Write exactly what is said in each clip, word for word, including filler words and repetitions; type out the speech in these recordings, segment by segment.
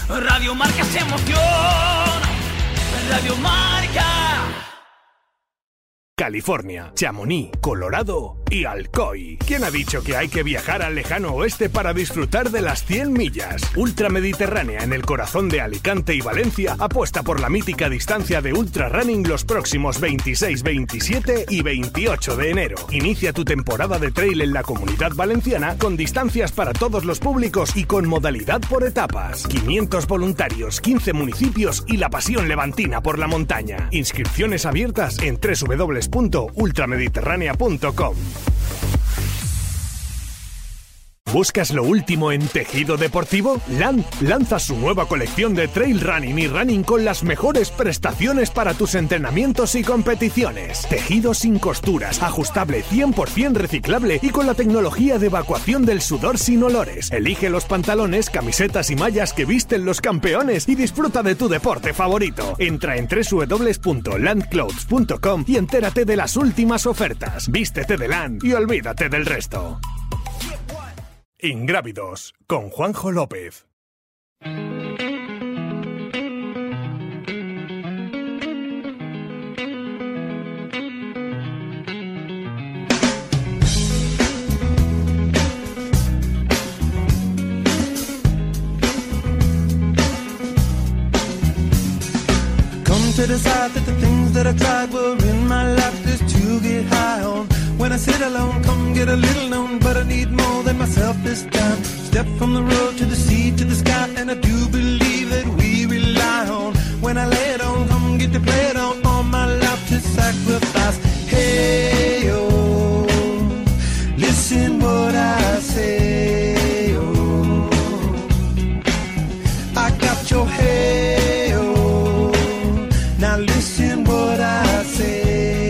Radio Marca es emoción. Radio Marca. California, Chamonix, Colorado y Alcoy. ¿Quién ha dicho que hay que viajar al lejano oeste para disfrutar de las cien millas? Ultramediterránea, en el corazón de Alicante y Valencia, apuesta por la mítica distancia de Ultra Running los próximos veintiséis, veintisiete y veintiocho de enero. Inicia tu temporada de trail en la Comunidad Valenciana con distancias para todos los públicos y con modalidad por etapas. quinientos voluntarios, quince municipios y la pasión levantina por la montaña. Inscripciones abiertas en doble u doble u doble u punto ultramediterránea punto com. ¿Buscas lo último en tejido deportivo? Land lanza su nueva colección de trail running y running con las mejores prestaciones para tus entrenamientos y competiciones. Tejido sin costuras, ajustable, cien por ciento reciclable y con la tecnología de evacuación del sudor sin olores. Elige los pantalones, camisetas y mallas que visten los campeones y disfruta de tu deporte favorito. Entra en doble u doble u doble u punto landclothes punto com y entérate de las últimas ofertas. Vístete de Land y olvídate del resto. Ingrávidos, con Juanjo López. Come to decide that the things that I tried were in my life just to get high on. When I sit alone, come get a little known, but I need more than myself this time. Step from the road to the sea to the sky, and I do believe that we rely on. When I lay it on, come get to play it on, all my life to sacrifice. Hey, oh, listen what I say, oh, I got your hey, oh, now listen what I say.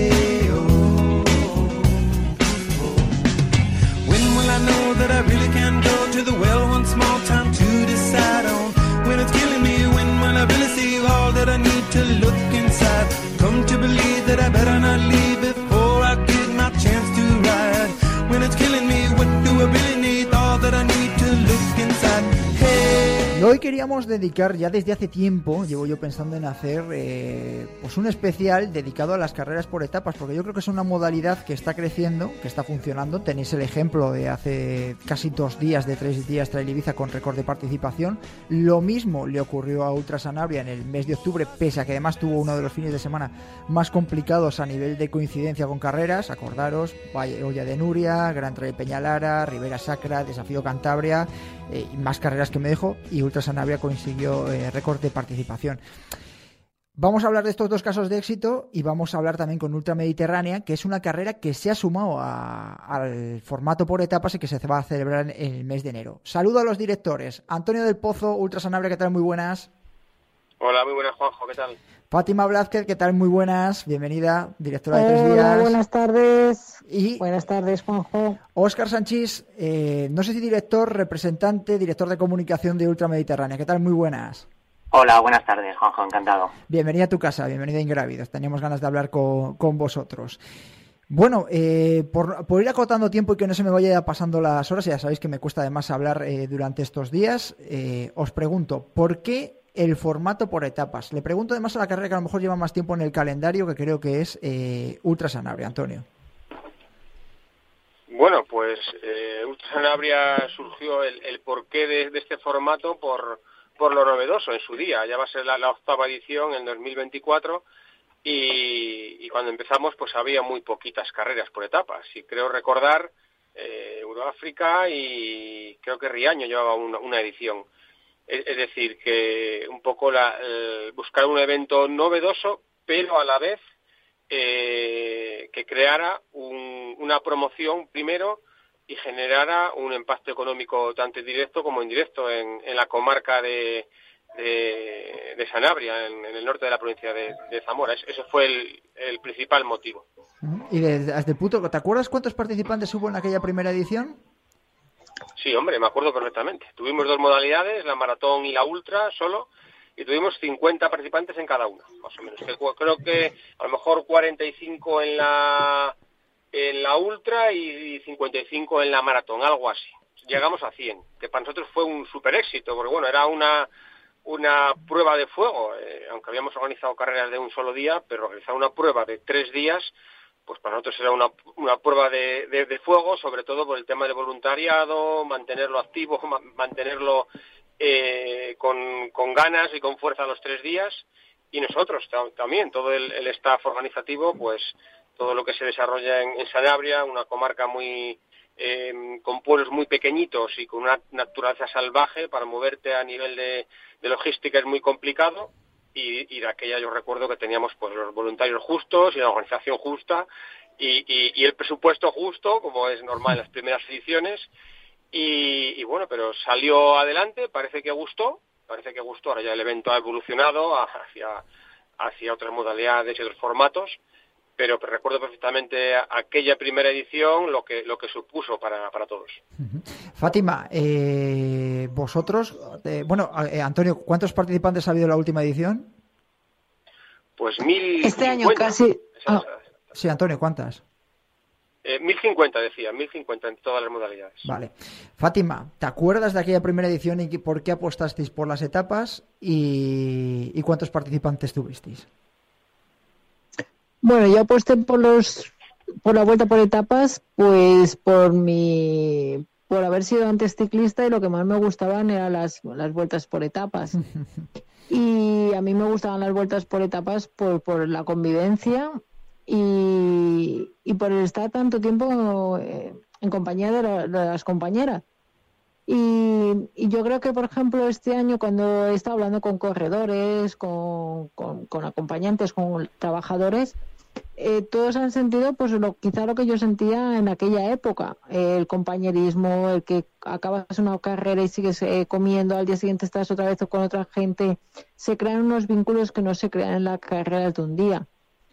I really can go to the well one small time to decide on when it's killing me, when will I really see all that I need to look inside. Come to believe that I better not leave before I get my chance to ride. When it's killing me, what do I really need? All that I need to look inside. Hey. Y hoy queríamos dedicar, ya desde hace tiempo, llevo yo pensando en hacer eh, pues un especial dedicado a las carreras por etapas, porque yo creo que es una modalidad que está creciendo, que está funcionando. Tenéis el ejemplo de hace casi dos días, de tres días, Trail Ibiza con récord de participación. Lo mismo le ocurrió a Ultra Sanabria en el mes de octubre, pese a que además tuvo uno de los fines de semana más complicados a nivel de coincidencia con carreras. Acordaros, Valle Olla de Nuria, Gran Trail Peñalara, Ribera Sacra, Desafío Cantabria, eh, y más carreras que me dejo, y Ultra Sanabria consiguió eh, récord de participación. Vamos a hablar de estos dos casos de éxito y vamos a hablar también con Ultra Mediterránea, que es una carrera que se ha sumado a, al formato por etapas y que se va a celebrar en el mes de enero. Saludo a los directores. Antonio del Pozo, Ultra Sanabria, ¿qué tal? Muy buenas. Hola, muy buenas, Juanjo, ¿qué tal? Fátima Blázquez, ¿qué tal? Muy buenas. Bienvenida, directora de Tres Hola, Días. buenas tardes. Y buenas tardes, Juanjo. Óscar Sanchís, eh, no sé si director, representante, director de comunicación de Ultra Mediterránea. ¿Qué tal? Muy buenas. Hola, buenas tardes, Juanjo, encantado. Bienvenida a tu casa, bienvenida a Ingrávidos. Teníamos ganas de hablar con, con vosotros. Bueno, eh, por, por ir acotando tiempo y que no se me vaya pasando las horas, ya sabéis que me cuesta además hablar eh, durante estos días, eh, os pregunto, ¿por qué el formato por etapas? Le pregunto además a la carrera que a lo mejor lleva más tiempo en el calendario, que creo que es eh, Ultra Sanabria. Antonio. Bueno, pues eh, Ultra Sanabria surgió el, el porqué de, de este formato por, por lo novedoso en su día. Ya va a ser la, la octava edición en dos mil veinticuatro y, y cuando empezamos pues había muy poquitas carreras por etapas. Y creo recordar eh, Euroáfrica y creo que Riaño llevaba una, una edición. Es, es decir, que un poco la, el buscar un evento novedoso, pero a la vez eh, que creara un, una promoción primero y generara un impacto económico tanto directo como indirecto en, en la comarca de, de, de Sanabria, en, en el norte de la provincia de, de Zamora. Es, ese fue el, el principal motivo. Y desde Puto, ¿te acuerdas cuántos participantes hubo en aquella primera edición? Sí, hombre, me acuerdo perfectamente. Tuvimos dos modalidades, la maratón y la ultra solo, y tuvimos cincuenta participantes en cada una, más o menos. Creo que a lo mejor cuarenta y cinco en la en la ultra y cincuenta y cinco en la maratón, algo así. Llegamos a cien, que para nosotros fue un super éxito, porque bueno, era una una prueba de fuego, eh, aunque habíamos organizado carreras de un solo día, pero realizar una prueba de tres días, pues para nosotros era una, una prueba de, de, de fuego, sobre todo por el tema del voluntariado, mantenerlo activo, ma- mantenerlo eh, con, con ganas y con fuerza los tres días, y nosotros tam- también, todo el, el staff organizativo, pues todo lo que se desarrolla en, en Sanabria, una comarca muy eh, con pueblos muy pequeñitos y con una naturaleza salvaje, para moverte a nivel de, de logística es muy complicado, y, y de aquella yo recuerdo que teníamos pues los voluntarios justos y la organización justa y, y, y el presupuesto justo, como es normal en las primeras ediciones, y, y bueno, pero salió adelante, parece que gustó, parece que gustó, ahora ya el evento ha evolucionado hacia, hacia otras modalidades y otros formatos, pero recuerdo perfectamente aquella primera edición, lo que lo que supuso para, para todos. Uh-huh. Fátima, eh, vosotros, eh, bueno, eh, Antonio, ¿cuántos participantes ha habido en la última edición? Pues mil Este año cincuenta. casi... Esa- ah. Sí, Antonio, ¿cuántas? Eh, mil cincuenta decía, mil cincuenta en todas las modalidades. Vale. Fátima, ¿te acuerdas de aquella primera edición y por qué apostasteis por las etapas y, y cuántos participantes tuvisteis? Bueno, yo aposté por los por la vuelta por etapas, pues por mi por haber sido antes ciclista, y lo que más me gustaban eran las, las vueltas por etapas. Y a mí me gustaban las vueltas por etapas por, por la convivencia y, y por el estar tanto tiempo eh, en compañía de, la- de las compañeras. Y, y yo creo que, por ejemplo, este año, cuando he estado hablando con corredores, con, con, con acompañantes, con trabajadores, eh, todos han sentido pues lo, quizá lo que yo sentía en aquella época, eh, el compañerismo, el que acabas una carrera y sigues eh, comiendo, al día siguiente estás otra vez con otra gente, se crean unos vínculos que no se crean en las carreras de un día.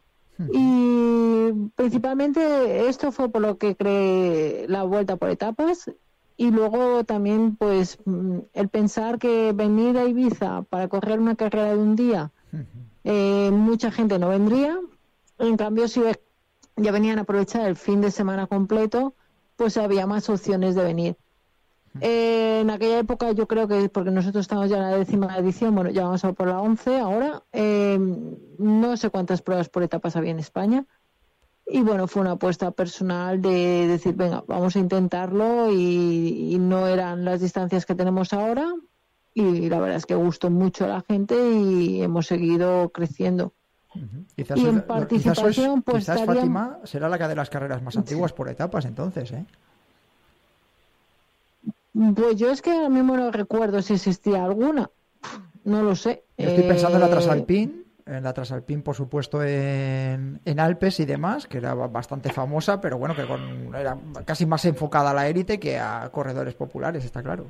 Y principalmente esto fue por lo que creé la vuelta por etapas. Y luego también pues mm, el pensar que venir a Ibiza para correr una carrera de un día, eh, mucha gente no vendría. En cambio, si ve- ya venían a aprovechar el fin de semana completo, pues había más opciones de venir. Eh, en aquella época yo creo que, porque nosotros estamos ya en la décima edición, bueno, ya vamos a por la once ahora, eh, no sé cuántas pruebas por etapas había en España. Y bueno, fue una apuesta personal de decir, venga, vamos a intentarlo, y, y no eran las distancias que tenemos ahora, y la verdad es que gustó mucho a la gente y hemos seguido creciendo. Quizás, Y en sois- participación, quizás sois- pues, quizás estaría- Fátima será la que de las carreras más antiguas por etapas, entonces, ¿eh? Pues yo es que ahora mismo no recuerdo si existía alguna, no lo sé. Yo estoy pensando en la Eh, Trasalpín, en la Trasalpín, por supuesto, en, en Alpes y demás, que era bastante famosa, pero bueno, que con, era casi más enfocada a la élite que a corredores populares, está claro.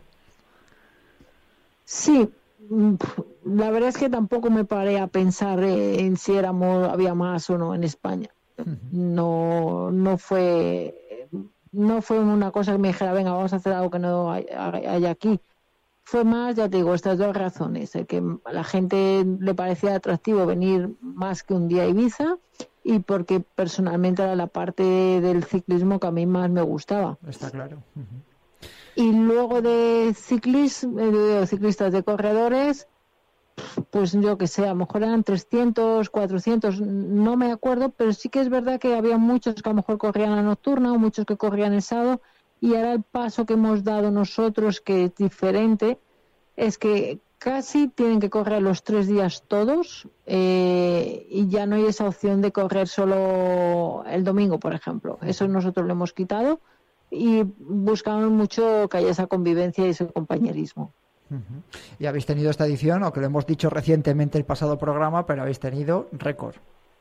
Sí, mm, pf, la verdad es que tampoco me paré a pensar eh, en si éramos, había más o no en España. No, no fue, no fue una cosa que me dijera, venga, vamos a hacer algo que no hay, hay aquí. Fue más, ya te digo, estas dos razones, el que a la gente le parecía atractivo venir más que un día a Ibiza, y porque personalmente era la parte del ciclismo que a mí más me gustaba. Está claro. Y luego de ciclis, eh, de ciclistas, de corredores, pues yo que sé, a lo mejor eran trescientos, cuatrocientos, no me acuerdo, pero sí que es verdad que había muchos que a lo mejor corrían la nocturna o muchos que corrían el sábado, y ahora el paso que hemos dado nosotros, que es diferente, es que casi tienen que correr los tres días todos, eh, y ya no hay esa opción de correr solo el domingo, por ejemplo. Eso nosotros lo hemos quitado y buscamos mucho que haya esa convivencia y ese compañerismo. Ujú. Y habéis tenido esta edición, o que lo hemos dicho recientemente el pasado programa, pero habéis tenido récord.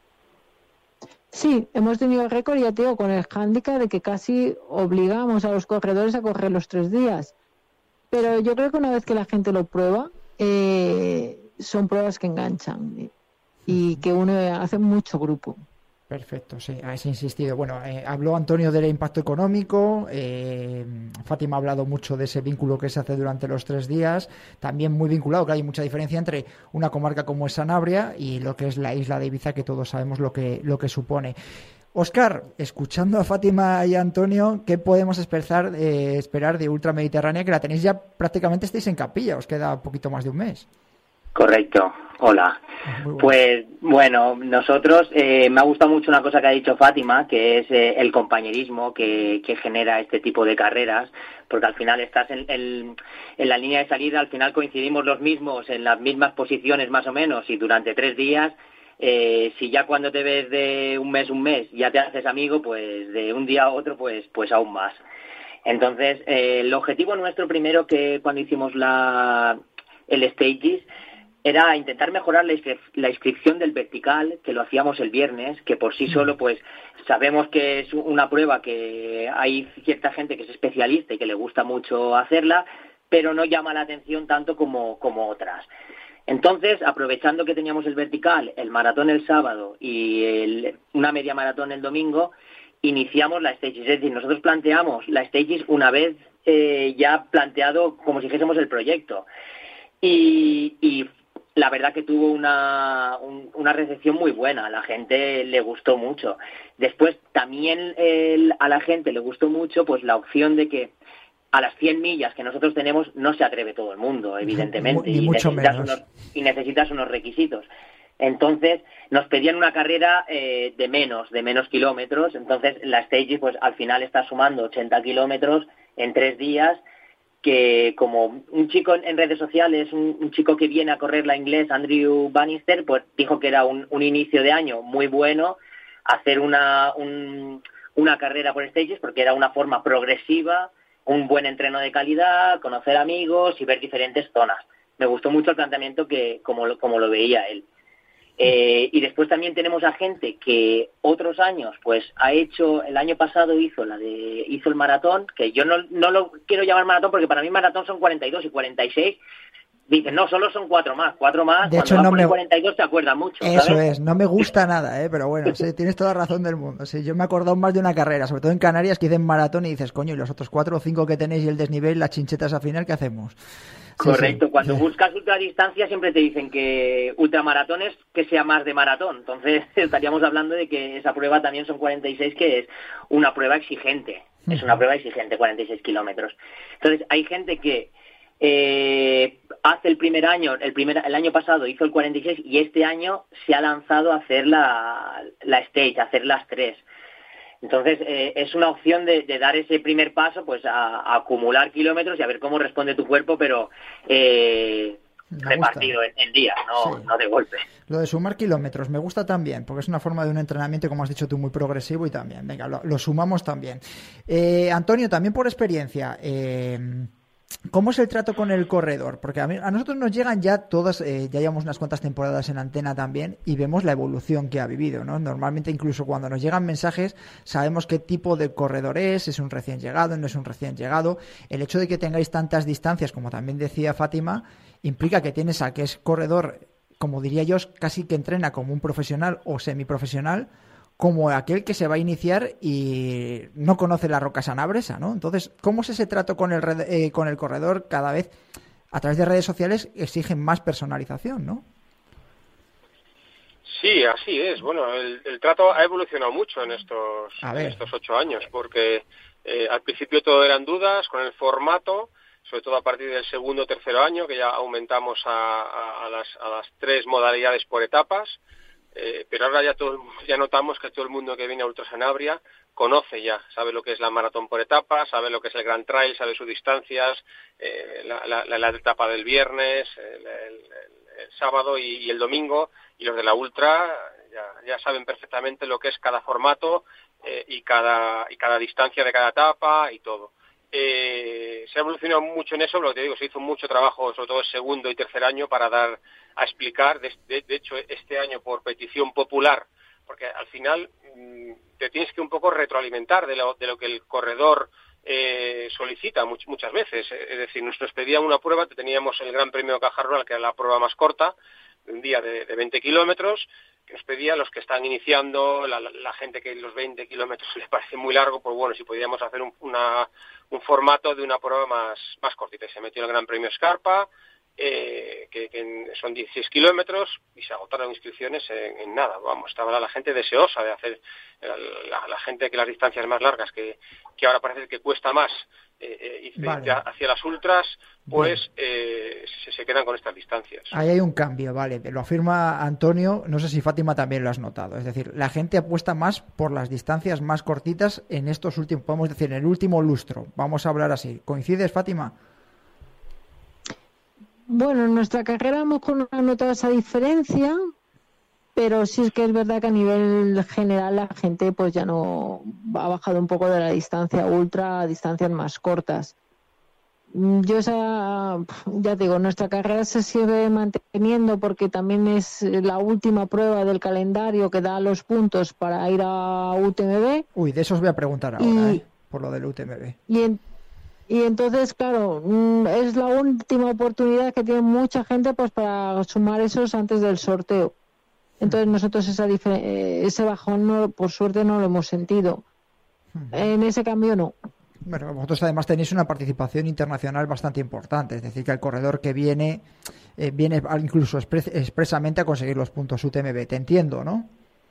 Sí, hemos tenido récord, ya te digo, con el hándicap de que casi obligamos a los corredores a correr los tres días. Pero yo creo que una vez que la gente lo prueba, eh, son pruebas que enganchan, y, y que uno hace mucho grupo. Perfecto, sí, has insistido. Bueno, eh, habló Antonio del impacto económico, eh, Fátima ha hablado mucho de ese vínculo que se hace durante los tres días, también muy vinculado, que hay mucha diferencia entre una comarca como es Sanabria y lo que es la isla de Ibiza, que todos sabemos lo que, lo que supone. Óscar, escuchando a Fátima y a Antonio, ¿qué podemos esperar, eh, esperar de Ultra Mediterránea? Que la tenéis ya, prácticamente estáis en capilla, os queda un poquito más de un mes. Correcto, hola. Pues bueno, nosotros, eh, me ha gustado mucho una cosa que ha dicho Fátima, que es eh, el compañerismo que, que genera este tipo de carreras, porque al final estás en, en, en la línea de salida, al final coincidimos los mismos en las mismas posiciones más o menos, y durante tres días, eh, si ya cuando te ves de un mes un mes ya te haces amigo, pues de un día a otro pues, pues aún más. Entonces, eh, el objetivo nuestro primero, que cuando hicimos la el Stages, era intentar mejorar la, inscri- la inscripción del vertical, que lo hacíamos el viernes, que por sí solo pues sabemos que es una prueba que hay cierta gente que es especialista y que le gusta mucho hacerla, pero no llama la atención tanto como, como otras. Entonces, aprovechando que teníamos el vertical, el maratón el sábado y el, una media maratón el domingo, iniciamos la Stages. Es decir, nosotros planteamos la Stages una vez eh, ya planteado como si dijésemos el proyecto. Y, y la verdad que tuvo una, un, una recepción muy buena, a la gente le gustó mucho. Después también el, a la gente le gustó mucho pues la opción de que a las cien millas que nosotros tenemos no se atreve todo el mundo, evidentemente, Ni y, mucho necesitas menos. unos, y necesitas unos requisitos. Entonces nos pedían una carrera eh, de menos, de menos kilómetros. Entonces la Stage pues al final está sumando ochenta kilómetros en tres días, que como un chico en redes sociales, un, un chico que viene a correr la inglés, Andrew Bannister, pues dijo que era un, un inicio de año muy bueno hacer una, un, una carrera por Stages, porque era una forma progresiva, un buen entreno de calidad, conocer amigos y ver diferentes zonas. Me gustó mucho el planteamiento que como lo, como lo veía él. Eh, y después también tenemos a gente que otros años pues ha hecho, el año pasado hizo la de hizo el maratón, que yo no, no lo quiero llamar maratón porque para mí maratón son cuarenta y dos y cuarenta y seis. Dicen, no, solo son cuatro más, cuatro más, De cuando hecho, van no por me... el cuarenta y dos te acuerdas mucho, Eso ¿sabes? es, no me gusta nada, ¿eh? Pero bueno, sí, tienes toda la razón del mundo. Sí, yo me he acordado más de una carrera, sobre todo en Canarias, que dicen maratón y dices, coño, y los otros cuatro o cinco que tenéis y el desnivel, las chinchetas al final, ¿qué hacemos? Sí, Correcto, sí. cuando Sí. buscas ultradistancia siempre te dicen que ultramaratones que sea más de maratón, entonces estaríamos hablando de que esa prueba también son cuarenta y seis, que es una prueba exigente, es una prueba exigente, cuarenta y seis kilómetros. Entonces hay gente que eh, hace el primer año, el primer el año pasado hizo el cuarenta y seis y este año se ha lanzado a hacer la, la stage, a hacer las tres. Entonces, eh, es una opción de, de dar ese primer paso, pues a, a acumular kilómetros y a ver cómo responde tu cuerpo, pero eh, repartido en, en días, no, Sí. no de golpe. Lo de sumar kilómetros me gusta también, porque es una forma de un entrenamiento, como has dicho tú, muy progresivo y también, venga, lo, lo sumamos también. Eh, Antonio, también por experiencia, eh, ¿cómo es el trato con el corredor? Porque a, mí, a nosotros nos llegan ya todas, eh, ya llevamos unas cuantas temporadas en antena también y vemos la evolución que ha vivido, ¿no? Normalmente incluso cuando nos llegan mensajes sabemos qué tipo de corredor es, es un recién llegado, no es un recién llegado. El hecho de que tengáis tantas distancias, como también decía Fátima, implica que tienes a que es corredor, como diría yo, casi que entrena como un profesional o semiprofesional, como aquel que se va a iniciar y no conoce la roca sanabresa, ¿no? Entonces, ¿cómo es ese trato con el red, eh, con el corredor? Cada vez, a través de redes sociales, exigen más personalización, ¿no? Sí, así es. Bueno, el, el trato ha evolucionado mucho en estos, A en ver. estos ocho años, porque eh, al principio todo eran dudas con el formato, sobre todo a partir del segundo o tercero año, que ya aumentamos a, a, a, las, a las tres modalidades por etapas. Eh, pero ahora ya todo, ya notamos que todo el mundo que viene a Ultra Sanabria conoce ya, sabe lo que es la maratón por etapas, sabe lo que es el Grand Trail, sabe sus distancias, eh, la, la, la, la etapa del viernes, el, el, el, el sábado y, y el domingo, y los de la Ultra ya, ya saben perfectamente lo que es cada formato eh, y cada y cada distancia de cada etapa y todo. Eh, se ha evolucionado mucho en eso, lo que te digo, se hizo mucho trabajo, sobre todo el segundo y tercer año, para dar a explicar, de, de, de hecho este año por petición popular, porque al final mmm, te tienes que un poco retroalimentar de lo, de lo que el corredor eh, solicita much, muchas veces, es decir, nos pedían una prueba, teníamos el Gran Premio de Caja Rural, que era la prueba más corta, de un día de, de veinte kilómetros, que nos pedía los que están iniciando, la, la, la gente que los veinte kilómetros les parece muy largo, pues bueno, si podíamos hacer un, una, un formato de una prueba más, más cortita. Y se metió el Gran Premio Scarpa, eh, que, que son dieciséis kilómetros y se agotaron inscripciones en, en nada. Vamos, estaba la gente deseosa de hacer, la, la gente que las distancias más largas, que, que ahora parece que cuesta más, eh, eh, y vale. hacia las ultras, pues eh, se, se quedan con estas distancias. Ahí hay un cambio, vale, lo afirma Antonio, no sé si Fátima también lo has notado, es decir, la gente apuesta más por las distancias más cortitas en estos últimos, podemos decir, en el último lustro, vamos a hablar así. ¿Coincides, Fátima? Bueno, en nuestra carrera a lo mejor no he notado esa diferencia, pero sí es que es verdad que a nivel general la gente pues ya no ha bajado un poco de la distancia ultra a distancias más cortas. Yo esa, ya digo, nuestra carrera se sigue manteniendo porque también es la última prueba del calendario que da los puntos para ir a U T M B. Uy, de eso os voy a preguntar ahora, y, ¿eh? Por lo del U T M B. Y, en, y entonces, claro, es la última oportunidad que tiene mucha gente pues para sumar esos antes del sorteo. Entonces nosotros esa ese bajón, no, por suerte, no lo hemos sentido. En ese cambio, no. Bueno, vosotros además tenéis una participación internacional bastante importante, es decir, que el corredor que viene eh, viene incluso expres- expresamente a conseguir los puntos U T M B, te entiendo, ¿no?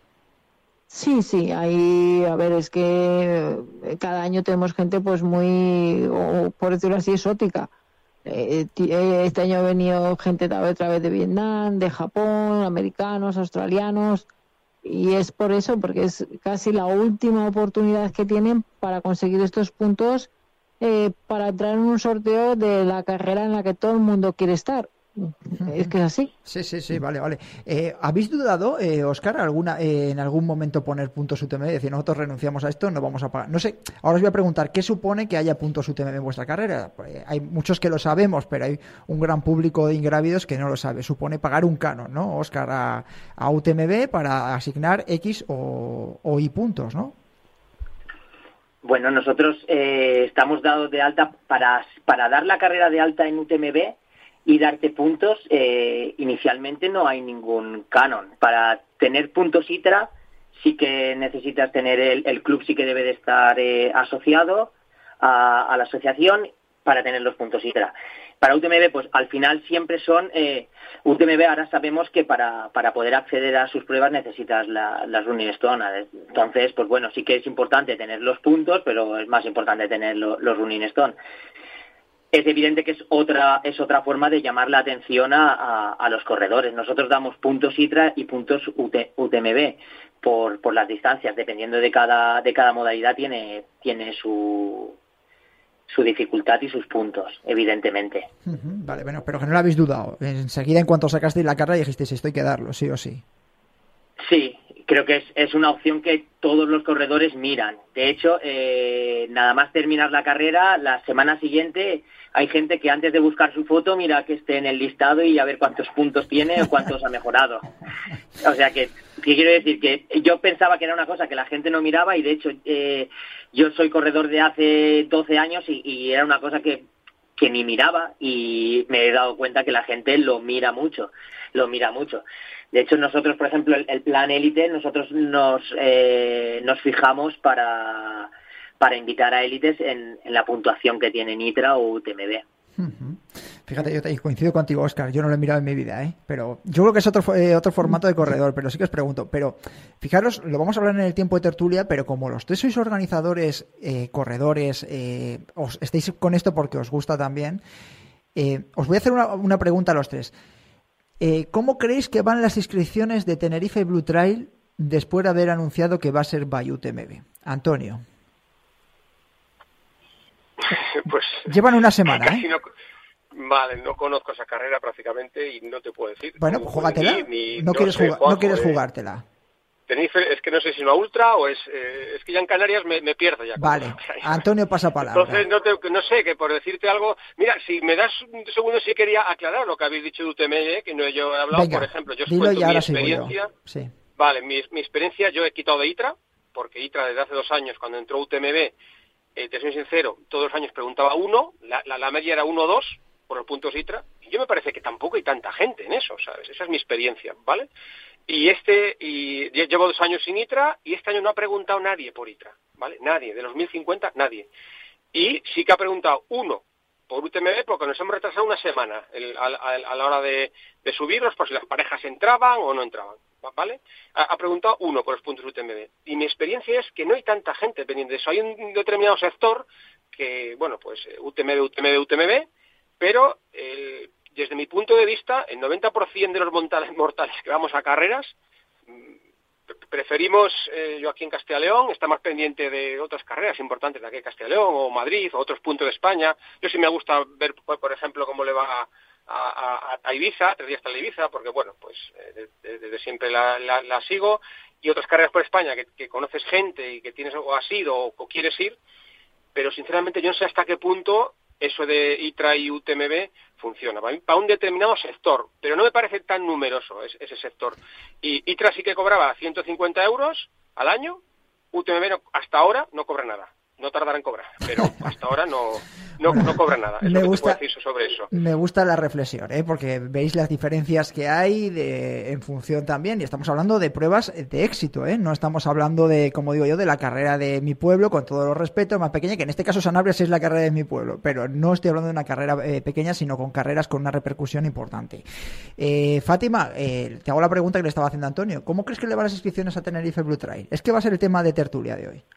Sí, sí, ahí, a ver, es que cada año tenemos gente pues muy, o por decirlo así, exótica. Eh, este año ha venido gente a través de Vietnam, de Japón, americanos, australianos, y es por eso, porque es casi la última oportunidad que tienen para conseguir estos puntos eh, para entrar en un sorteo de la carrera en la que todo el mundo quiere estar. Es que es así. Sí, sí, sí, vale, vale. Eh, ¿Habéis dudado, eh, Óscar, alguna, eh, en algún momento poner puntos U T M B? Es decir, nosotros renunciamos a esto, no vamos a pagar. No sé, ahora os voy a preguntar, ¿qué supone que haya puntos U T M B en vuestra carrera? Eh, hay muchos que lo sabemos, pero hay un gran público de ingrávidos que no lo sabe. Supone pagar un canon, ¿no, Óscar, a, a U T M B para asignar X o, o Y puntos, ¿no? Bueno, nosotros eh, estamos dados de alta para, para dar la carrera de alta en U T M B y darte puntos. Eh, inicialmente no hay ningún canon. Para tener puntos I T R A sí que necesitas tener el, el club, sí que debe de estar eh, asociado a, a la asociación para tener los puntos I T R A. Para U T M B, pues al final siempre son eh, U T M B. Ahora sabemos que para, para poder acceder a sus pruebas necesitas la, las Running Stone. Entonces, pues bueno, sí que es importante tener los puntos, pero es más importante tener lo, los Running Stone. Es evidente que es otra es otra forma de llamar la atención a, a, a los corredores. Nosotros damos puntos I T R A y puntos U T M B por por las distancias, dependiendo de cada de cada modalidad tiene tiene su su dificultad y sus puntos, evidentemente. Uh-huh, vale, bueno, pero que no lo habéis dudado. Enseguida, en cuanto sacasteis la carrera, dijisteis esto hay que darlo, sí o sí. Sí, creo que es, es una opción que todos los corredores miran. De hecho, eh, nada más terminar la carrera, la semana siguiente hay gente que antes de buscar su foto mira que esté en el listado y a ver cuántos puntos tiene o cuántos ha mejorado. O sea que, que quiero decir que yo pensaba que era una cosa que la gente no miraba y de hecho eh, yo soy corredor de hace doce años y, y era una cosa que, que ni miraba y me he dado cuenta que la gente lo mira mucho, lo mira mucho. De hecho, nosotros, por ejemplo, el, el plan élite, nosotros nos eh, nos fijamos para para invitar a élites en, en la puntuación que tienen I T R A o U T M B. Uh-huh. Fíjate, yo te coincido contigo, Óscar, yo no lo he mirado en mi vida, ¿eh? Pero yo creo que es otro eh, otro formato de corredor, pero sí que os pregunto, pero fijaros, lo vamos a hablar en el tiempo de tertulia, pero como los tres sois organizadores, eh, corredores, eh, os estáis con esto porque os gusta también, eh, os voy a hacer una, una pregunta a los tres. Eh, ¿Cómo creéis que van las inscripciones de Tenerife Blue Trail después de haber anunciado que va a ser by U T M B? Antonio. Pues llevan una semana, ¿eh? No, vale, no conozco esa carrera prácticamente y no te puedo decir. Bueno, pues júgatela. Ni, ni, no, no, quieres sé, jugar, Juanjo, no quieres jugártela. Tenerife, es que no sé si es una ultra o es... Eh, es que ya en Canarias me, me pierdo ya. Vale, Antonio pasa palabra. Entonces, no, te, no sé, que por decirte algo... Mira, si me das un segundo, sí quería aclarar lo que habéis dicho de U T M B, que no yo he hablado. Venga, por ejemplo, yo os cuento mi experiencia. Sí. Vale, mi, mi experiencia, yo he quitado de I T R A, porque I T R A desde hace dos años, cuando entró U T M B, eh, te soy sincero, todos los años preguntaba uno, la, la, la media era uno o dos, por los puntos I T R A, y yo me parece que tampoco hay tanta gente en eso, ¿sabes? Esa es mi experiencia, ¿vale? Y este, y llevo dos años sin I T R A, y este año no ha preguntado nadie por I T R A, ¿vale? Nadie, de los mil cincuenta, nadie. Y sí que ha preguntado uno por U T M B porque nos hemos retrasado una semana el, a, a, a la hora de, de subirlos, por si las parejas entraban o no entraban, ¿vale? Ha, ha preguntado uno por los puntos U T M B. Y mi experiencia es que no hay tanta gente pendiente de eso. Hay un determinado sector que, bueno, pues U T M B, U T M B, U T M B, pero el, desde mi punto de vista, el noventa por ciento de los mortales, mortales que vamos a carreras, preferimos, eh, yo aquí en Castilla y León, estar más pendiente de otras carreras importantes de aquí en Castilla y León, o Madrid, o otros puntos de España. Yo sí me gusta ver, por ejemplo, cómo le va a, a, a Ibiza, tres días hasta la Ibiza, porque, bueno, pues eh, desde, desde siempre la, la, la sigo, y otras carreras por España que, que conoces gente y que tienes o has ido o, o quieres ir, pero sinceramente yo no sé hasta qué punto eso de I T R A y U T M B funciona, para, mí, para un determinado sector, pero no me parece tan numeroso ese, ese sector. Y I T R A sí que cobraba ciento cincuenta euros al año, U T M B no, hasta ahora no cobra nada. No tardará en cobrar, pero hasta ahora no, no, bueno, no cobra nada. Es me lo que gusta, te puedo decir sobre eso. Me gusta la reflexión, ¿eh? Porque veis las diferencias que hay de, en función también, y estamos hablando de pruebas de éxito, ¿eh? No estamos hablando de, como digo yo, de la carrera de mi pueblo, con todo los respetos, más pequeña, que en este caso Sanabria es la carrera de mi pueblo, pero no estoy hablando de una carrera eh, pequeña, sino con carreras con una repercusión importante. Eh, Fátima, eh, te hago la pregunta que le estaba haciendo Antonio. ¿Cómo crees que le van las inscripciones a Tenerife Blue Trail? Es que va a ser el tema de tertulia de hoy.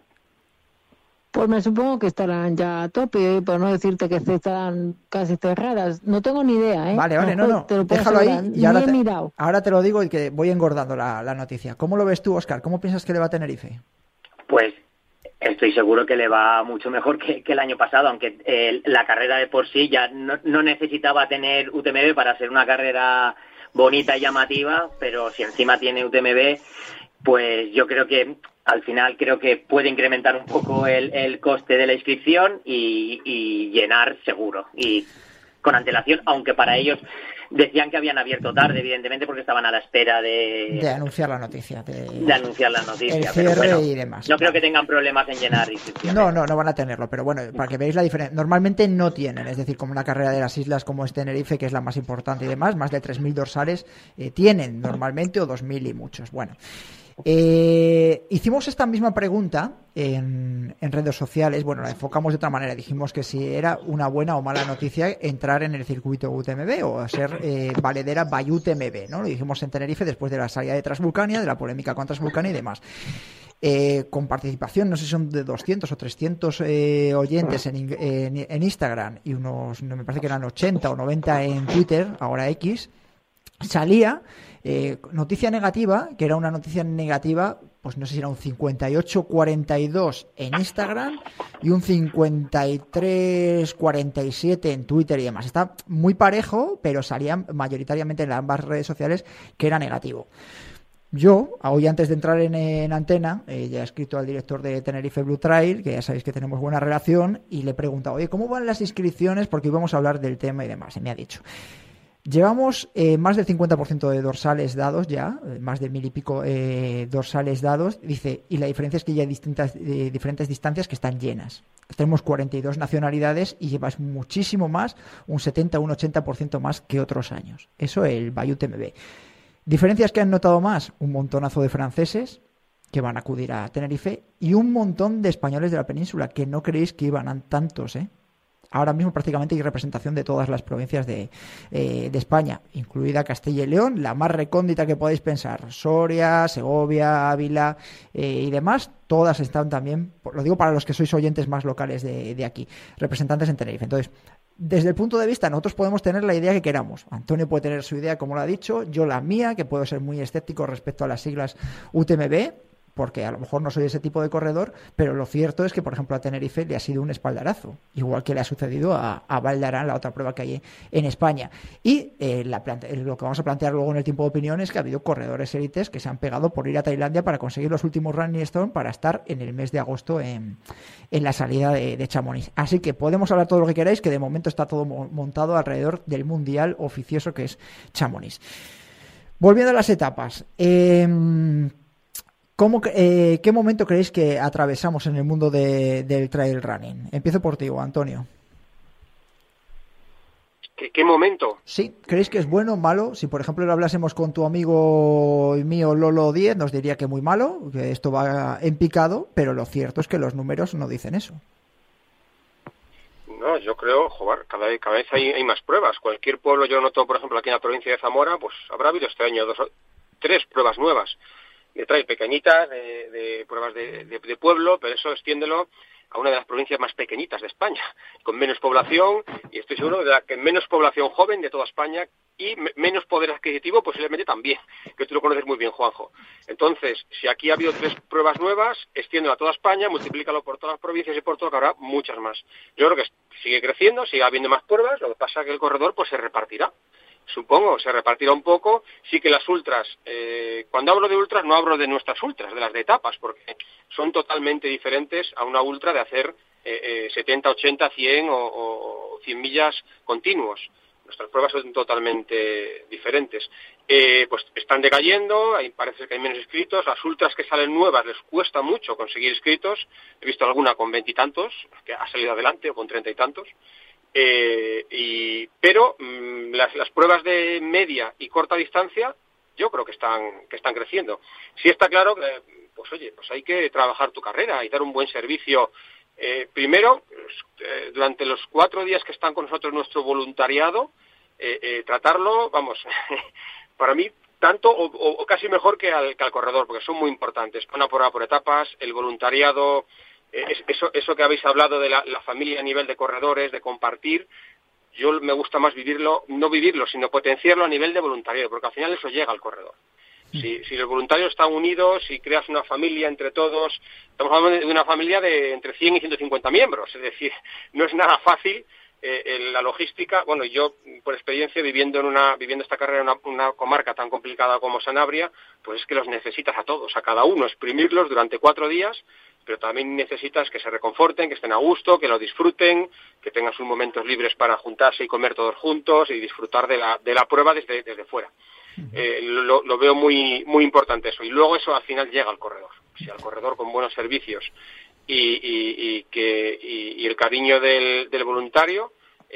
Pues me supongo que estarán ya a tope, por no decirte que estarán casi cerradas. No tengo ni idea, ¿eh? Vale, vale, no, no, déjalo ahí y ahora te, ahora te lo digo y que voy engordando la, la noticia. ¿Cómo lo ves tú, Óscar? ¿Cómo piensas que le va a Tenerife? Pues estoy seguro que le va mucho mejor que, que el año pasado, aunque eh, la carrera de por sí ya no, no necesitaba tener U T M B para ser una carrera bonita y llamativa, pero si encima tiene U T M B, pues yo creo que al final creo que puede incrementar un poco el, el coste de la inscripción y, y llenar seguro y con antelación, aunque para ellos decían que habían abierto tarde, evidentemente, porque estaban a la espera de... De anunciar la noticia. De, de anunciar la noticia. El cierre pero bueno, y demás. No creo que tengan problemas en llenar inscripciones. No, no, no van a tenerlo, pero bueno, para que veáis la diferencia. Normalmente no tienen, es decir, como una carrera de las islas como es Tenerife, que es la más importante y demás, más de tres mil dorsales eh, tienen normalmente, o dos mil y muchos. Bueno, eh, hicimos esta misma pregunta en, en redes sociales. Bueno, la enfocamos de otra manera. Dijimos que si era una buena o mala noticia entrar en el circuito U T M B o ser eh, valedera by U T M B, ¿no? Lo dijimos en Tenerife después de la salida de Transvulcania, de la polémica con Transvulcania y demás. Eh, con participación, no sé si son de doscientos o trescientos eh, oyentes en, en, en Instagram y unos, me parece que eran ochenta o noventa en Twitter, ahora X, salía eh, noticia negativa, que era una noticia negativa, pues no sé si era un cincuenta y ocho cuarenta y dos en Instagram y un cincuenta y tres cuarenta y siete en Twitter y demás. Está muy parejo, pero salían mayoritariamente en ambas redes sociales que era negativo. Yo, hoy antes de entrar en, en antena, eh, ya he escrito al director de Tenerife Blue Trail, que ya sabéis que tenemos buena relación, y le he preguntado, oye, ¿cómo van las inscripciones? Porque íbamos a hablar del tema y demás. Y me ha dicho, llevamos eh, más del cincuenta por ciento de dorsales dados ya, eh, más de mil y pico eh, dorsales dados, dice, y la diferencia es que ya hay distintas, eh, diferentes distancias que están llenas. Tenemos cuarenta y dos nacionalidades y llevas muchísimo más, un setenta, un ochenta por ciento más que otros años. Eso el by U T M B. ¿Diferencias que han notado más? Un montonazo de franceses que van a acudir a Tenerife y un montón de españoles de la península, que no creéis que iban a tantos, ¿eh? Ahora mismo prácticamente hay representación de todas las provincias de, eh, de España, incluida Castilla y León, la más recóndita que podáis pensar, Soria, Segovia, Ávila eh, y demás, todas están también, lo digo para los que sois oyentes más locales de, de aquí, representantes en Tenerife. Entonces, desde el punto de vista, nosotros podemos tener la idea que queramos. Antonio puede tener su idea, como lo ha dicho, yo la mía, que puedo ser muy escéptico respecto a las siglas U T M B, porque a lo mejor no soy ese tipo de corredor, pero lo cierto es que, por ejemplo, a Tenerife le ha sido un espaldarazo, igual que le ha sucedido a, a Valdarán, la otra prueba que hay en España. Y eh, la plante- lo que vamos a plantear luego en el tiempo de opinión es que ha habido corredores élites que se han pegado por ir a Tailandia para conseguir los últimos Running Stone para estar en el mes de agosto en, en la salida de, de Chamonix. Así que podemos hablar todo lo que queráis, que de momento está todo montado alrededor del mundial oficioso que es Chamonix. Volviendo a las etapas, eh, ¿Cómo, eh, ¿qué momento creéis que atravesamos en el mundo de, del trail running? Empiezo por ti, Antonio. ¿Qué, ¿Qué momento? Sí, ¿creéis que es bueno o malo? Si, por ejemplo, lo hablásemos con tu amigo y mío Lolo diez, nos diría que muy malo, que esto va en picado, pero lo cierto es que los números no dicen eso. No, más. Yo creo, joder, cada vez, cada vez hay, hay más pruebas. Cualquier pueblo, yo noto, por ejemplo, aquí en la provincia de Zamora, pues habrá habido este año dos, tres pruebas nuevas de trail pequeñitas, de, de pruebas de, de, de pueblo, pero eso extiéndelo a una de las provincias más pequeñitas de España, con menos población, y estoy seguro de la que menos población joven de toda España, y me menos poder adquisitivo posiblemente también, que tú lo conoces muy bien, Juanjo. Entonces, si aquí ha habido tres pruebas nuevas, extiéndelo a toda España, multiplícalo por todas las provincias y por todo, que habrá muchas más. Yo creo que sigue creciendo, sigue habiendo más pruebas, lo que pasa es que el corredor pues se repartirá. Supongo, se repartirá un poco. Sí que las ultras, eh, cuando hablo de ultras no hablo de nuestras ultras, de las de etapas, porque son totalmente diferentes a una ultra de hacer eh, eh, setenta, ochenta, cien o, o cien millas continuos. Nuestras pruebas son totalmente diferentes. Eh, pues están decayendo, hay, parece que hay menos inscritos. Las ultras que salen nuevas les cuesta mucho conseguir inscritos. He visto alguna con veintitantos, que ha salido adelante, o con treinta y tantos. Eh, y, pero mmm, las, las pruebas de media y corta distancia yo creo que están que están creciendo. Sí está claro que, pues oye, pues hay que trabajar tu carrera y dar un buen servicio. Eh, primero, eh, durante los cuatro días que están con nosotros nuestro voluntariado, eh, eh, tratarlo, vamos, para mí tanto o, o, o casi mejor que al, que al corredor, porque son muy importantes. Una prueba por etapas, el voluntariado. Eso, eso que habéis hablado de la, la familia a nivel de corredores, de compartir, yo me gusta más vivirlo, no vivirlo, sino potenciarlo a nivel de voluntariado, porque al final eso llega al corredor. Si, si los voluntarios están unidos, si creas una familia entre todos, estamos hablando de una familia de entre cien y ciento cincuenta miembros, es decir, no es nada fácil eh, en la logística. Bueno, yo por experiencia viviendo en una viviendo esta carrera en una, una comarca tan complicada como Sanabria, pues es que los necesitas a todos, a cada uno, exprimirlos durante cuatro días, pero también necesitas que se reconforten, que estén a gusto, que lo disfruten, que tengan sus momentos libres para juntarse y comer todos juntos y disfrutar de la, de la prueba desde, desde fuera. Eh, lo, lo veo muy muy importante eso. Y luego eso al final llega al corredor. Si al corredor con buenos servicios y, y, y, que, y, y el cariño del, del voluntario,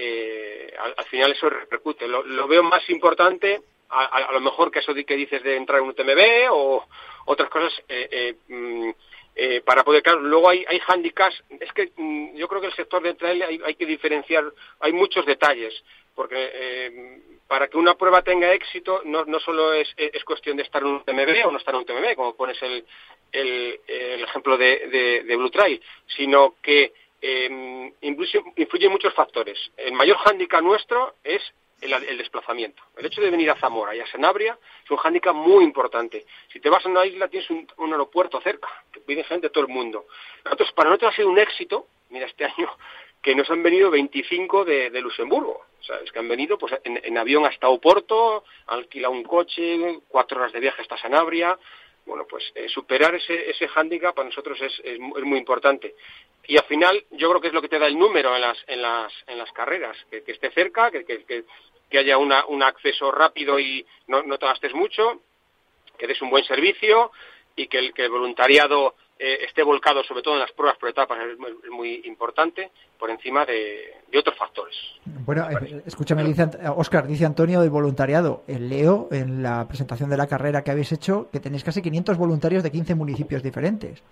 eh, al, al final eso repercute. Lo, lo veo más importante, a, a, a lo mejor que eso de que dices de entrar en un U T M B o otras cosas, eh, eh, mm, Eh, para poder, claro, luego hay, hay handicaps. Es que mmm, yo creo que el sector de trail hay, hay que diferenciar, hay muchos detalles, porque eh, para que una prueba tenga éxito no, no solo es, es cuestión de estar en un U T M B o no estar en un U T M B, como pones el, el, el ejemplo de, de, de Blue Trail, sino que eh, influye, influyen muchos factores. El mayor hándicap nuestro es El, el desplazamiento. El hecho de venir a Zamora y a Sanabria es un hándicap muy importante. Si te vas a una isla tienes un, un aeropuerto cerca, que viene gente de todo el mundo. Entonces, para nosotros ha sido un éxito, mira, este año, que nos han venido veinticinco de, de Luxemburgo. O sea, es que han venido pues en, en avión hasta Oporto, alquilado un coche, cuatro horas de viaje hasta Sanabria. Bueno, pues eh, superar ese, ese hándicap para nosotros es, es, es muy importante. Y al final, yo creo que es lo que te da el número en las en las en las carreras, que, que esté cerca, que, que, que, que haya una, un acceso rápido y no, no te gastes mucho, que des un buen servicio y que el, que el voluntariado eh, esté volcado sobre todo en las pruebas por etapas, es muy, es muy importante, por encima de, de otros factores. Bueno, eh, escúchame, dice Óscar, dice Antonio del voluntariado. El Leo, en la presentación de la carrera que habéis hecho, que tenéis casi quinientos voluntarios de quince municipios diferentes.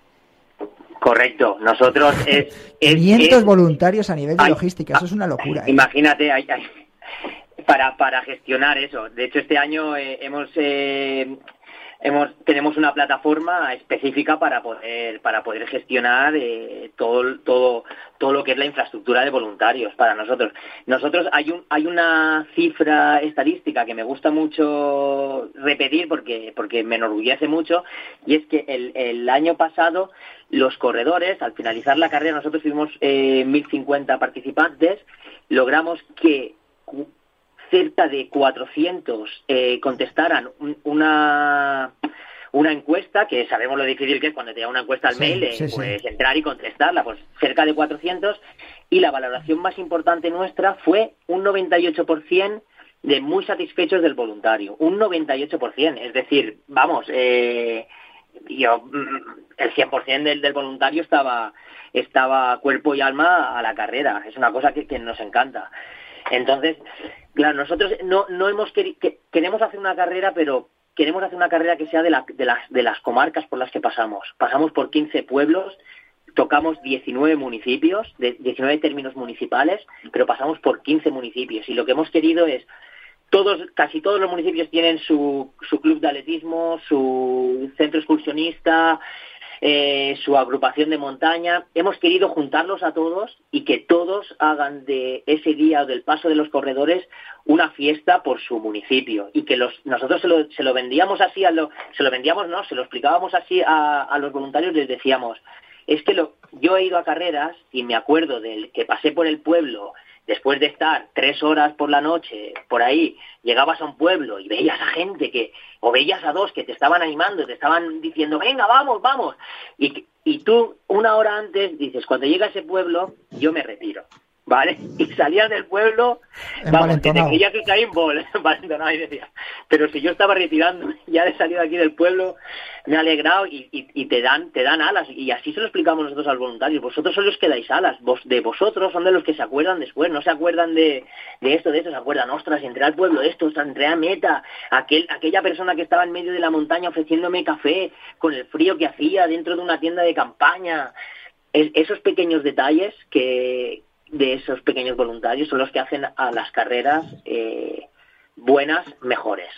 Correcto, nosotros es... quinientos es, voluntarios a nivel de hay, logística, eso es una locura. ¿eh? Imagínate, hay, hay, para para gestionar eso. De hecho, este año eh, hemos... Eh, Hemos, tenemos una plataforma específica para poder para poder gestionar eh, todo todo todo lo que es la infraestructura de voluntarios para nosotros. Nosotros hay un hay una cifra estadística que me gusta mucho repetir porque porque me enorgullece mucho, y es que el, el año pasado los corredores, al finalizar la carrera, nosotros tuvimos eh, mil cincuenta participantes, logramos que cerca de cuatrocientos eh, contestaran un, una una encuesta, que sabemos lo difícil que es cuando te llega una encuesta al sí, mail, eh, sí, pues sí. entrar y contestarla, pues cerca de cuatrocientos, y la valoración más importante nuestra fue un noventa y ocho por ciento de muy satisfechos del voluntario, un noventa y ocho por ciento, es decir, vamos, eh, yo el cien por ciento del, del voluntario estaba estaba cuerpo y alma a la carrera, es una cosa que, que nos encanta. Entonces, claro, nosotros no no hemos querido, que, queremos hacer una carrera, pero queremos hacer una carrera que sea de, la, de las de las comarcas por las que pasamos. Pasamos por quince pueblos, tocamos diecinueve municipios, de diecinueve términos municipales, pero pasamos por quince municipios. Y lo que hemos querido es, todos, casi todos los municipios tienen su, su club de atletismo, su centro excursionista, eh, su agrupación de montaña. Hemos querido juntarlos a todos y que todos hagan de ese día o del paso de los corredores una fiesta por su municipio, y que los nosotros se lo, se lo vendíamos así, a lo, se lo vendíamos, no, se lo explicábamos así a, a los voluntarios. Les decíamos, es que lo, yo he ido a carreras y me acuerdo del que pasé por el pueblo. Después de estar tres horas por la noche por ahí, llegabas a un pueblo y veías a gente que, o veías a dos que te estaban animando, te estaban diciendo, venga, vamos, vamos. Y, y tú, una hora antes, dices, cuando llega a ese pueblo, yo me retiro, ¿vale? Y salías del pueblo, vamos, que te creía que caí en bol, valentonado, y decías, pero si yo estaba retirando, ya he salido aquí del pueblo, me he alegrado, y, y, y te dan te dan alas, y así se lo explicamos nosotros a los voluntarios. Vosotros sois los que dais alas, vos, de vosotros son de los que se acuerdan después, no se acuerdan de, de esto, de esto, se acuerdan, ostras, entré al pueblo, esto, entré a meta, aquel, aquella persona que estaba en medio de la montaña ofreciéndome café, con el frío que hacía dentro de una tienda de campaña. Es, esos pequeños detalles que de esos pequeños voluntarios son los que hacen a las carreras eh, buenas, mejores.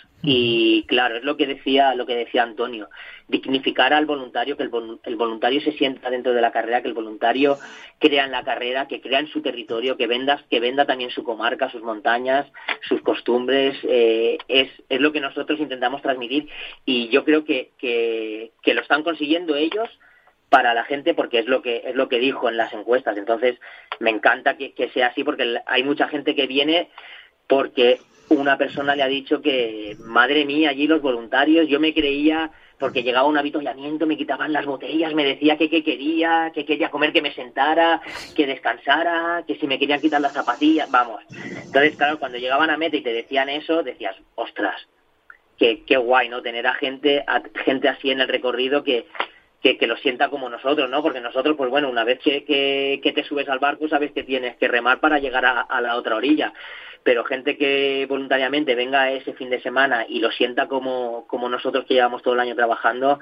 Y claro, es lo que decía lo que decía Antonio, dignificar al voluntario, que el, vol- el voluntario se sienta dentro de la carrera, que el voluntario crea en la carrera, que crea en su territorio, que venda, que venda también su comarca, sus montañas, sus costumbres. Eh, es, es lo que nosotros intentamos transmitir, y yo creo que, que, que lo están consiguiendo ellos para la gente, porque es lo que es lo que dijo en las encuestas. Entonces me encanta que, que sea así, porque hay mucha gente que viene porque una persona le ha dicho que, madre mía, allí los voluntarios, yo me creía, porque llegaba un avituallamiento, me quitaban las botellas, me decía que qué quería, que quería comer, que me sentara, que descansara, que si me querían quitar las zapatillas, vamos. Entonces, claro, cuando llegaban a meta y te decían eso, decías, ostras, qué, qué guay, ¿no? Tener a gente, a gente así en el recorrido que Que, que lo sienta como nosotros, ¿no? Porque nosotros, pues bueno, una vez que, que, que te subes al barco, sabes que tienes que remar para llegar a, a la otra orilla. Pero gente que voluntariamente venga ese fin de semana y lo sienta como, como nosotros, que llevamos todo el año trabajando,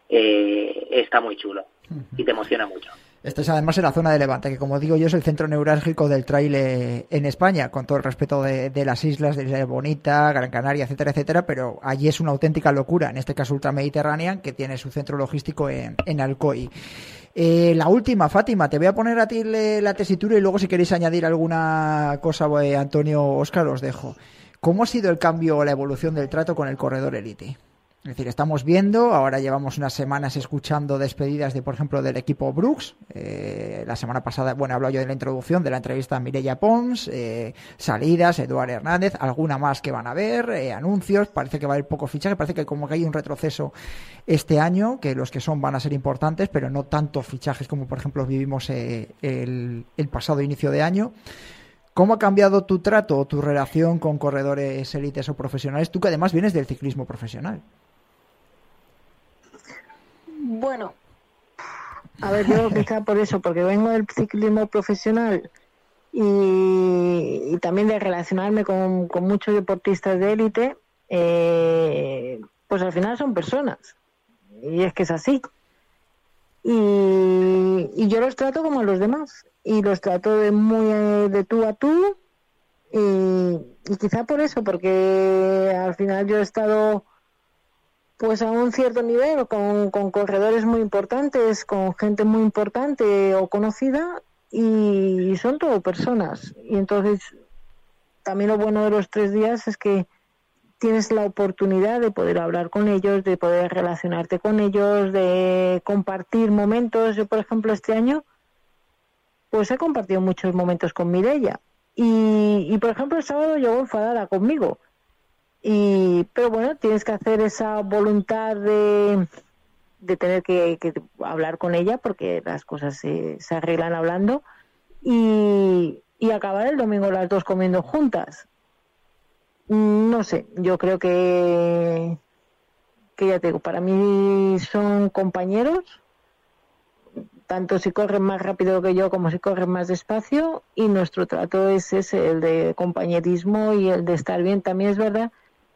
eh, está muy chulo y te emociona mucho. Esta es además en la zona de Levante, que como digo yo es el centro neurálgico del trail en España, con todo el respeto de, de las islas, de Isla Bonita, Gran Canaria, etcétera, etcétera, pero allí es una auténtica locura, en este caso Ultramediterránea, que tiene su centro logístico en, en Alcoy. Eh, la última, Fátima, te voy a poner a ti la tesitura y luego si queréis añadir alguna cosa, eh, Antonio o Óscar, os dejo. ¿Cómo ha sido el cambio o la evolución del trato con el corredor élite? Es decir, estamos viendo, ahora llevamos unas semanas escuchando despedidas de, por ejemplo, del equipo Brooks. Eh, la semana pasada, bueno, hablo yo de la introducción de la entrevista a Mireia Pons, eh, salidas, Eduardo Hernández, alguna más que van a ver, eh, anuncios, parece que va a haber pocos fichajes, parece que como que hay un retroceso este año, que los que son van a ser importantes, pero no tantos fichajes como, por ejemplo, vivimos eh, el, el pasado inicio de año. ¿Cómo ha cambiado tu trato o tu relación con corredores élites o profesionales? Tú que además vienes del ciclismo profesional. Bueno, a ver, yo quizá por eso, porque vengo del ciclismo profesional y, y también de relacionarme con, con muchos deportistas de élite, eh, pues al final son personas, y es que es así. Y, y yo los trato como a los demás, y los trato de muy eh, de tú a tú, y, y quizá por eso, porque al final yo he estado pues a un cierto nivel con, con corredores muy importantes, con gente muy importante o conocida, y son todo personas. Y entonces también lo bueno de los tres días es que tienes la oportunidad de poder hablar con ellos, de poder relacionarte con ellos, de compartir momentos. Yo, por ejemplo, este año pues he compartido muchos momentos con Mireia, y, y por ejemplo el sábado llegó enfadada conmigo. Y pero bueno, tienes que hacer esa voluntad de, de tener que, que hablar con ella, porque las cosas se, se arreglan hablando, y, y acabar el domingo las dos comiendo juntas. No sé, yo creo que que ya te digo, para mí son compañeros, tanto si corren más rápido que yo como si corren más despacio, y nuestro trato es ese, el de compañerismo y el de estar bien. También es verdad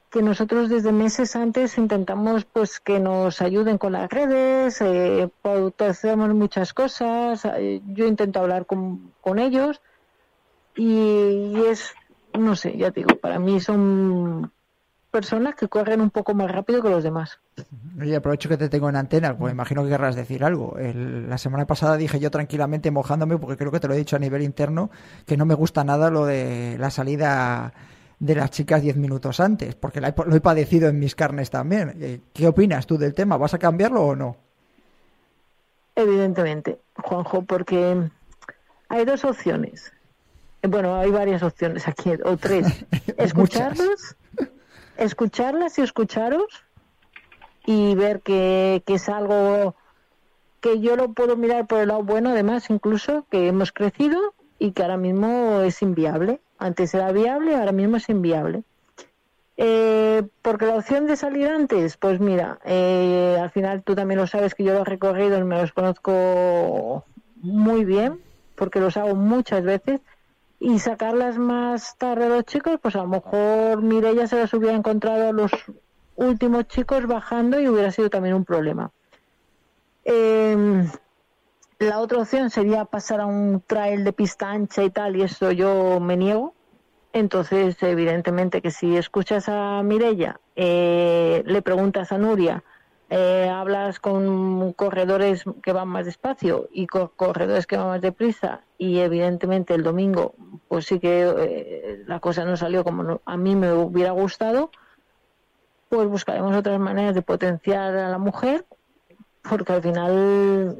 que nosotros desde meses antes intentamos pues que nos ayuden con las redes, eh, hacemos muchas cosas, eh, yo intento hablar con, con ellos y, y es, no sé, ya te digo, para mí son personas que corren un poco más rápido que los demás. Oye, aprovecho que te tengo en antena, pues imagino que querrás decir algo. El, la semana pasada dije yo tranquilamente mojándome, porque creo que te lo he dicho a nivel interno, que no me gusta nada lo de la salida de las chicas diez minutos antes, porque la he, lo he padecido en mis carnes también. ¿Qué opinas tú del tema? ¿Vas a cambiarlo o no? Evidentemente, Juanjo, porque hay dos opciones. Bueno, hay varias opciones aquí, o tres. Escucharlas, escucharlas y escucharos y ver que, que es algo que yo lo puedo mirar por el lado bueno, además, incluso, que hemos crecido y que ahora mismo es inviable. Antes era viable, ahora mismo es inviable. Eh, porque la opción de salir antes, pues mira, eh, al final tú también lo sabes que yo los recorridos me los conozco muy bien, porque los hago muchas veces, y sacarlas más tarde a los chicos, pues a lo mejor Mireia se las hubiera encontrado a los últimos chicos bajando y hubiera sido también un problema. Eh, La otra opción sería pasar a un trail de pista ancha y tal, y eso yo me niego. Entonces, evidentemente que si escuchas a Mireia, eh, le preguntas a Nuria, eh, hablas con corredores que van más despacio y con corredores que van más deprisa, y evidentemente el domingo, pues sí que eh, la cosa no salió como no, a mí me hubiera gustado, pues buscaremos otras maneras de potenciar a la mujer, porque al final...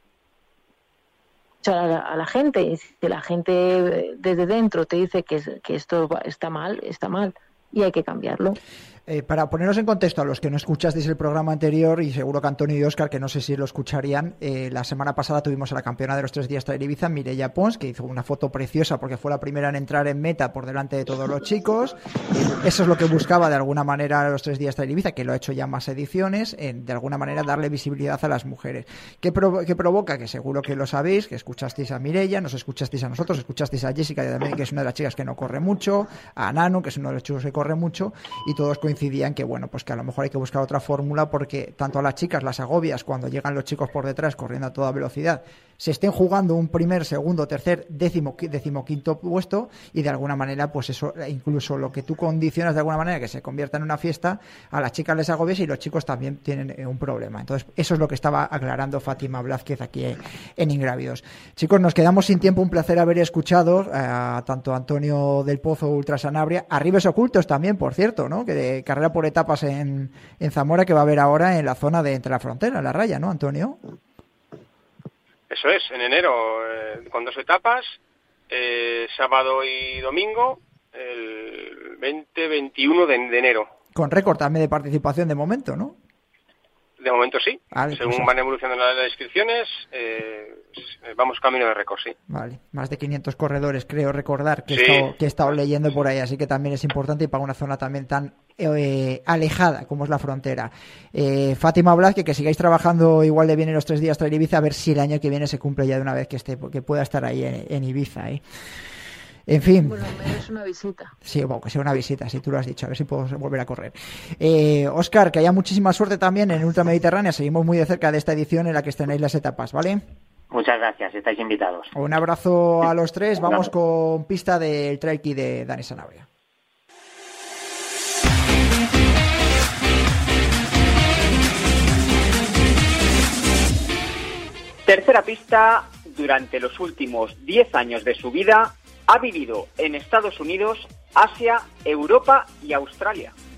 A la, a la gente, y si la gente desde dentro te dice que, que esto está mal, está mal y hay que cambiarlo. Eh, para poneros en contexto a los que no escuchasteis el programa anterior, y seguro que Antonio y Óscar, que no sé si lo escucharían, eh, la semana pasada tuvimos a la campeona de los tres días Trail Ibiza, Mireia Pons, que hizo una foto preciosa porque fue la primera en entrar en meta por delante de todos los chicos. Eso es lo que buscaba de alguna manera los tres días Trail Ibiza, que lo ha hecho ya en más ediciones, en, de alguna manera darle visibilidad a las mujeres. ¿Qué, provo- qué provoca? Que seguro que lo sabéis, que escuchasteis a Mireia, nos escuchasteis a nosotros, escuchasteis a Jessica, que es una de las chicas que no corre mucho, a Nanu, que es uno de los chicos que corre mucho, y todos coincidían que bueno, pues que a lo mejor hay que buscar otra fórmula, porque tanto a las chicas las agobias cuando llegan los chicos por detrás corriendo a toda velocidad, se estén jugando un primer, segundo, tercer, décimo, décimo quinto puesto, y de alguna manera pues eso, incluso lo que tú condicionas de alguna manera que se convierta en una fiesta, a las chicas les agobias y los chicos también tienen eh, un problema. Entonces eso es lo que estaba aclarando Fátima Blázquez aquí en, en Ingrávidos. Chicos, nos quedamos sin tiempo, un placer haber escuchado a tanto Antonio del Pozo, Ultra Sanabria, a Ribes Ocultos también, por cierto, ¿no? Que de carrera por etapas en, en Zamora, que va a haber ahora en la zona de entre la frontera, la raya, ¿no, Antonio? Eso es, en enero, eh, con dos etapas, eh, sábado y domingo, el veinte veintiuno de, de enero. Con récord también de participación de momento, ¿no? De momento sí. Vale, Según pues, van evolucionando las inscripciones, eh, vamos camino de récord, sí. Vale, más de quinientos corredores, creo recordar, que, Sí. he estado, que he estado leyendo por ahí, así que también es importante, y para una zona también tan eh, alejada como es la frontera. Eh, Fátima Blázquez, que sigáis trabajando igual de bien en los tres días Trail Ibiza, a ver si el año que viene se cumple ya de una vez que esté, que pueda estar ahí en, en Ibiza, ¿eh? En fin. Bueno, es una visita. Sí, bueno, que sea una visita, si tú lo has dicho, a ver si puedo volver a correr. Eh, Óscar, que haya muchísima suerte también en Ultra Mediterránea, seguimos muy de cerca de esta edición en la que estrenáis las etapas, ¿vale? Muchas gracias, estáis invitados. Un abrazo a los tres, vamos con pista del Trail Key de Dani Sanabria. Tercera pista. Durante los últimos diez años de su vida ha vivido en Estados Unidos, Asia, Europa y Australia.